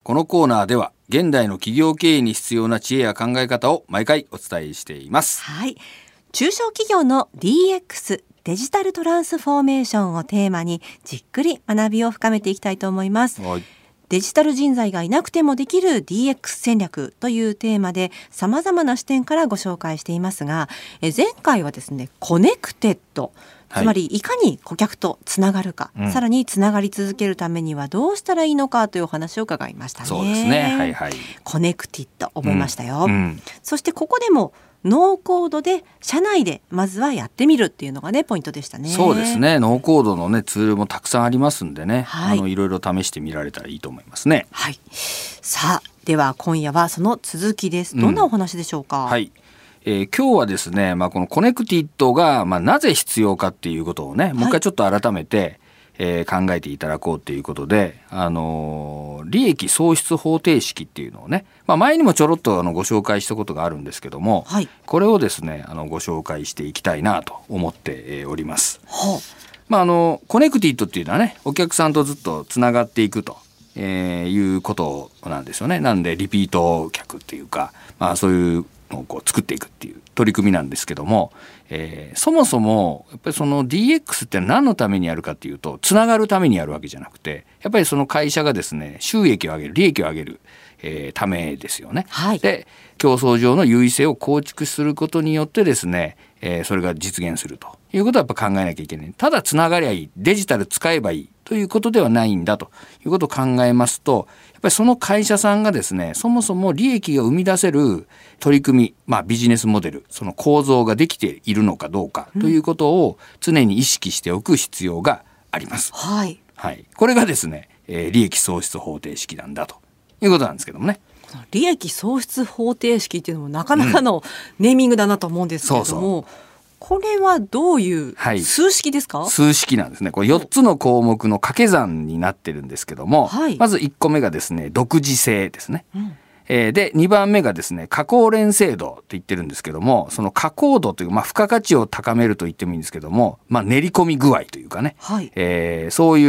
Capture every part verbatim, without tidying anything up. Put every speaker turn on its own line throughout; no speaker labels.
このコーナーでは現代の企業経営に必要な知恵や考え方を毎回お伝えしています。
はい、中小企業の ディーエックス デジタルトランスフォーメーションをテーマにじっくり学びを深めていきたいと思います。
はい、
デジタル人材がいなくてもできる ディーエックス 戦略というテーマで様々な視点からご紹介していますが、え前回はですね、コネクテッド、つまりいかに顧客とつながるか、はい、さらにつながり続けるためにはどうしたらいいのかというお話を伺いましたね。
そうですね、はいはい、
コネクティッド覚えましたよ、
うんうん、
そしてここでもノーコードで社内でまずはやってみるっていうのがねポイントでしたね。
そうですね、ノーコードのねツールもたくさんありますんでね、
はい、
あのいろいろ試してみられたらいいと思いますね。
はい、さあでは今夜はその続きです。どんなお話でしょうか。
うん、はい、えー、今日はですね、まあ、このコネクティッドが、まあ、なぜ必要かっていうことをね、もう一回ちょっと改めて、はい、えー、考えていただこうということで、あのー、利益創出方程式っていうのをね、まあ、前にもちょろっとあのご紹介したことがあるんですけども、はい、これをですねあのご紹介していきたいなと思っております。はあ、まあ、あのコネクティッドっていうのはね、お客さんとずっとつながっていくと、えー、いうことなんですよね。なんでリピート客っていうか、まあ、そういうのをこう作っていくっていう取り組みなんですけども、えー、そもそもやっぱりその ディーエックス って何のためにやるかっていうと、つながるためにやるわけじゃなくて、やっぱりその会社がですね収益を上げる、利益を上げる、えー、ためですよね。はい、で競争上の優位性を構築することによってですね、えー、それが実現するということはやっぱ考えなきゃいけない。ただつながりゃいい、デジタル使えばいいということではないんだということを考えますと、やっぱりその会社さんがですねそもそも利益が生み出せる取り組み、まあ、ビジネスモデル、その構造ができているのかどうかということを常に意識しておく必要があります。
はい
はい、これがですね、えー、利益創出方程式なんだということなんですけどもね。
この利益創出方程式っていうのもなかなかのネーミングだなと思うんですけれども、うん、そうそう、これはどういう数式ですか。はい、
数式なんですね。これよっつの項目の掛け算になってるんですけども、はい、まずいっこめがですね独自性ですね。うん、えー、でにばんめがですね加工連成度って言ってるんですけども、その加工度という、まあ、付加価値を高めると言ってもいいんですけども、まあ、練り込み具合というかね、はい、えー、そういう、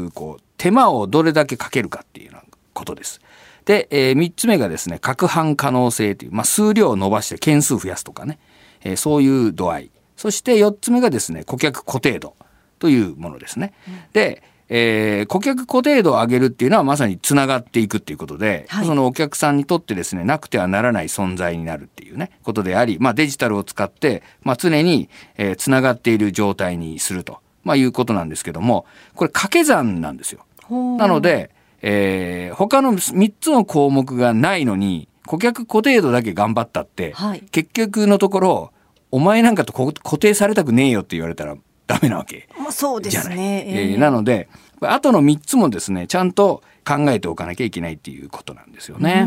こう手間をどれだけかけるかっていうようなことです。で、えー、みっつめがですね拡販可能性という、まあ、数量を伸ばして件数増やすとかね、えー、そういう度合い。そしてよっつめがですね顧客固定度というものですね。うん、でえー、顧客固定度を上げるっていうのはまさにつながっていくっていうことで、はい、そのお客さんにとってですねなくてはならない存在になるっていうねことであり、まあ、デジタルを使って、まあ、常に、えー、つながっている状態にすると、まあ、いうことなんですけども、これ掛け算なんですよ。なので、えー、他のみっつの項目がないのに顧客固定度だけ頑張ったって、はい、結局のところお前なんかと固定されたくねえよって言われたらダメなわけじゃない。
まあ、そうですね、
えー、なのであとのみっつもですねちゃんと考えておかなきゃいけないっていうことなんですよね。
うん、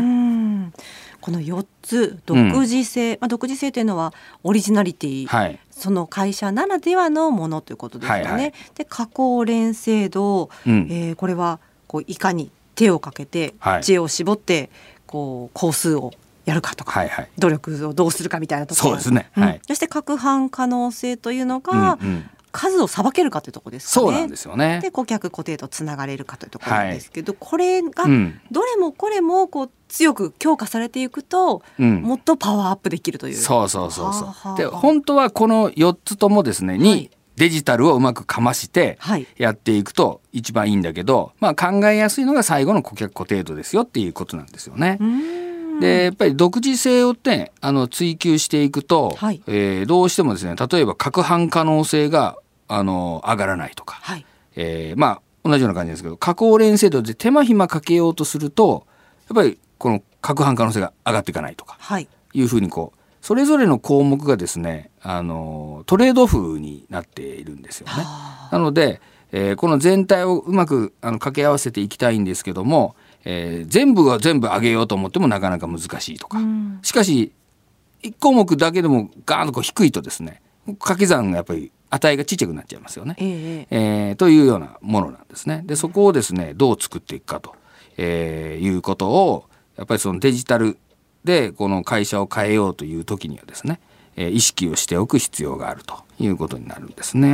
このよっつ独自性、うん、まあ、独自性というのはオリジナリティ、はい、その会社ならではのものということですよね。はいはい、で加工連成度、うん、えー、これはこういかに手をかけて知恵を絞ってこう工数をやるかとか、はいはい、努力をどうするかみたいなところ。
そうですね、はい、
うん、そして拡販可能性というのが、うんうん、数をさばけるかというところですかね。
そうなんですよね。
で顧客固定とつながれるかというところなんですけど、はい、これがどれもこれもこう強く強化されていくと、うん、もっとパワーアップできるという。
そうそうそうそう。はあはあ、で本当はこのよっつともですね、はい、にデジタルをうまくかましてやっていくと一番いいんだけど、まあ、考えやすいのが最後の顧客固定度ですよっていうことなんですよね。でやっぱり独自性を、ね、あの追求していくと、はい、えー、どうしてもですね例えば拡販可能性があの上がらないとか、はい、えー、まあ同じような感じですけど加工連成度で手間暇かけようとするとやっぱりこの拡販可能性が上がっていかないとか、はい、いうふうにこうそれぞれの項目がですねあのトレードオフになっているんですよね。なので、えー、この全体をうまくあの掛け合わせていきたいんですけども、えー、全部は全部上げようと思ってもなかなか難しいとか、うん、しかしいち項目だけでもガーンとこう低いとですね掛け算がやっぱり値がちっちゃくなっちゃいますよね、えーえー、というようなものなんですね。でそこをですねどう作っていくかと、えー、いうことをやっぱりそのデジタルでこの会社を変えようという時にはですね、えー、意識をしておく必要があるということになるんですね。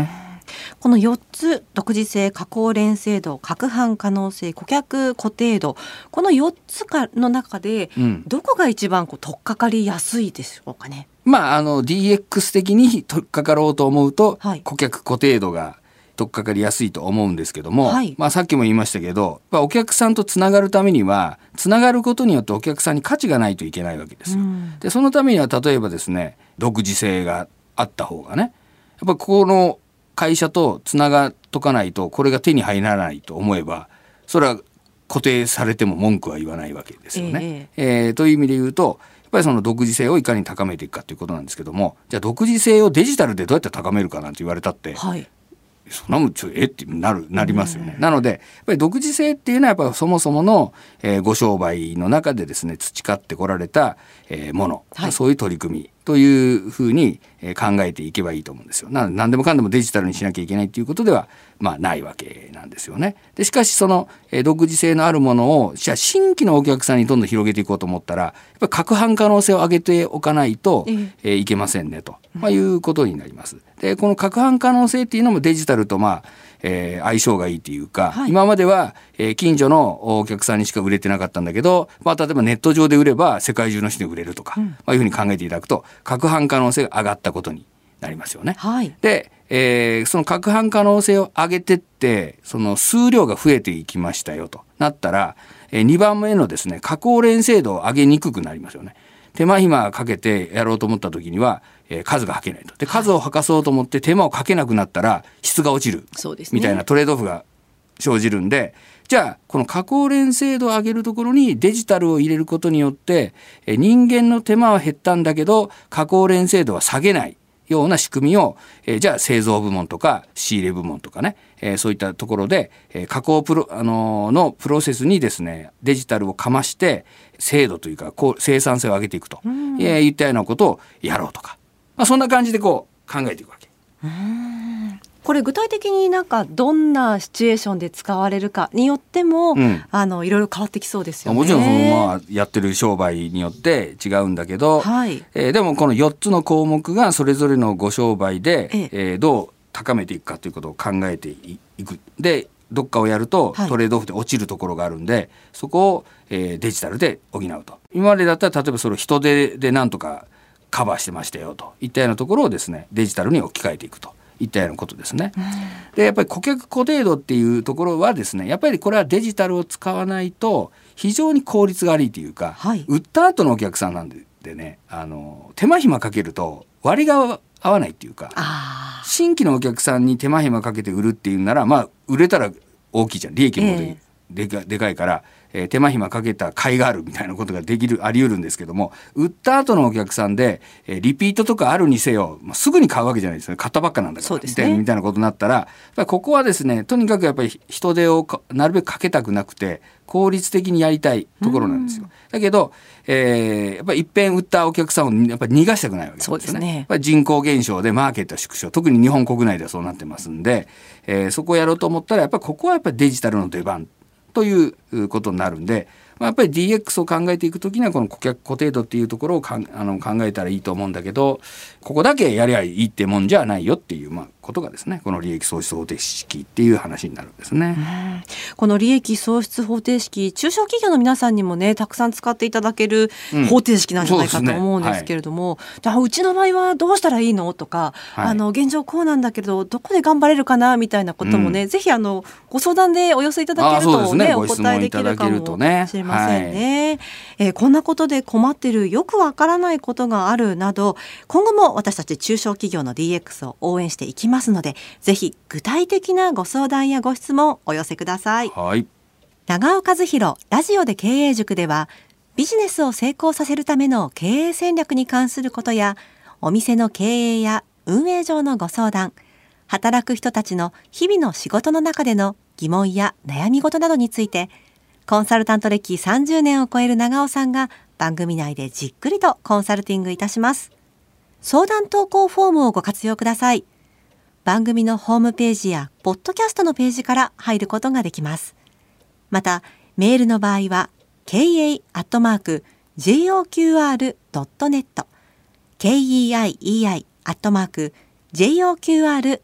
このよっつ、独自性、加工連成度、攪拌可能性、顧客固定度、このよっつかの中で、うん、どこが一番こう取っかかりやすいでしょうかね。
まあ、あの ディーエックス 的に取っかかろうと思うと、はい、顧客固定度が取っかかりやすいと思うんですけども、はい、まあ、さっきも言いましたけど、お客さんとつながるためにはつながることによってお客さんに価値がないといけないわけですよ、うん、でそのためには例えばですね、独自性があった方がね、やっぱここの会社とつながっとかないとこれが手に入らないと思えば、それは固定されても文句は言わないわけですよね、えーえー、という意味で言うと、やっぱりその独自性をいかに高めていくかということなんですけども、じゃあ独自性をデジタルでどうやって高めるかなんて言われたって、はい、そんなもんちょえってなるなりますよね。なのでやっぱり独自性っていうのはやっぱそもそもの、えー、ご商売の中でですね培ってこられた、えー、もの、はい、そういう取り組みというふうに考えていけばいいと思うんですよ。な何でもかんでもデジタルにしなきゃいけないということでは、まあ、ないわけなんですよね。でしかしその、えー、独自性のあるものをじゃあ新規のお客さんにどんどん広げていこうと思ったら、やっぱり攪拌可能性を上げておかないと、えーえー、いけませんねと、まあ、いうことになります。でこの攪拌可能性っていうのもデジタルとまあえー、相性がいいというか、はい、今までは、えー、近所のお客さんにしか売れてなかったんだけど、まあ、例えばネット上で売れば世界中の人に売れるとか、うん、まあ、いうふうに考えていただくと攪拌可能性が上がったことになりますよね、はい、で、えー、その攪拌可能性を上げてってその数量が増えていきましたよとなったら、えー、にばんめのですね加工連成度を上げにくくなりますよね。手間暇かけてやろうと思った時には、えー、数がはけないと。で数をはかそうと思って手間をかけなくなったら質が落ちる、そうですね、みたいなトレードオフが生じるんで、じゃあこの加工連成度を上げるところにデジタルを入れることによって、えー、人間の手間は減ったんだけど加工連成度は下げないような仕組みを、えー、じゃあ製造部門とか仕入れ部門とかね、えー、そういったところで、えー、加工プロ、あのー、のプロセスにですねデジタルをかまして精度というかこう生産性を上げていくと、うん、えー、いったようなことをやろうとか、まあ、そんな感じでこう考えていくわけ。
うーん、これ具体的になんかどんなシチュエーションで使われるかによっても、うん、あのいろいろ変わってきそうですよね。
もちろんその、まあ、やってる商売によって違うんだけど、はい、えー、でもこのよっつの項目がそれぞれのご商売で、ええー、どう高めていくかということを考えていく。でどっかをやるとトレードオフで落ちるところがあるんで、はい、そこを、えー、デジタルで補うと。今までだったら例えばそれを人手でなんとかカバーしてましたよといったようなところをですねデジタルに置き換えていくといったようなことですね。でやっぱり顧客固定度っていうところはですねやっぱりこれはデジタルを使わないと非常に効率が悪いというか、はい、売った後のお客さんなんで、でねあの手間暇かけると割が合わないっていうか、新規のお客さんに手間暇かけて売るっていうならまあ売れたら大きいじゃん、利益もで、えー、でか、でかいから、えー、手間暇かけた甲斐があるみたいなことができるあり得るんですけども、売った後のお客さんで、えー、リピートとかあるにせよ、まあ、すぐに買うわけじゃないですよね。買ったばっかなんだから、みたいな、みたいなことになったらやっぱりここはですねとにかくやっぱり人手をなるべくかけたくなくて効率的にやりたいところなんですよ。だけど、えー、やっぱりいっぺん売ったお客さんをやっぱり逃がしたくないわけですよね。そうですね。やっぱり人口減少でマーケット縮小、特に日本国内ではそうなってますんで、えー、そこをやろうと思ったらやっぱりここはやっぱりデジタルの出番ということになるんで、まあ、やっぱり ディーエックス を考えていくときにはこの顧客固定度っていうところをかんあの考えたらいいと思うんだけど、ここだけやりゃいいってもんじゃないよっていう、まあ、ことがですねこの利益創出方程式っていう話になるんですね。
うん、この利益創出方程式中小企業の皆さんにもねたくさん使っていただける方程式なんじゃないかと思うんですけれども、うん、う, ねはい、うちの場合はどうしたらいいのとか、はい、あの現状こうなんだけどどこで頑張れるかなみたいなこともね、うん、ぜひあのご相談でお寄せいただけると、ね、ね、お答えできるかもしれませんね。はい、えー、こんなことで困ってるよくわからないことがあるなど今後も私たち中小企業の ディーエックス を応援していきますのでぜひ具体的なご相談やご質問お寄せください。
はい、
長尾和弘ラジオで経営塾ではビジネスを成功させるための経営戦略に関することやお店の経営や運営上のご相談、働く人たちの日々の仕事の中での疑問や悩み事などについてコンサルタント歴さんじゅうねんを超える長尾さんが番組内でじっくりとコンサルティングいたします。相談投稿フォームをご活用ください。番組のホームページやポッドキャストのページから入ることができます。またメールの場合は ケーエー アットマーク ジェイオーキューアール ドットネット ケーイーアイイーアイ アットマーク ジェイオーキューアール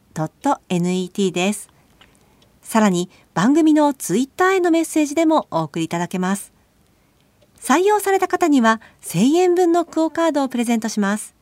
ドットネット です。さらに番組のツイッターへのメッセージでもお送りいただけます。採用された方にはせんえんぶんのクオカードをプレゼントします。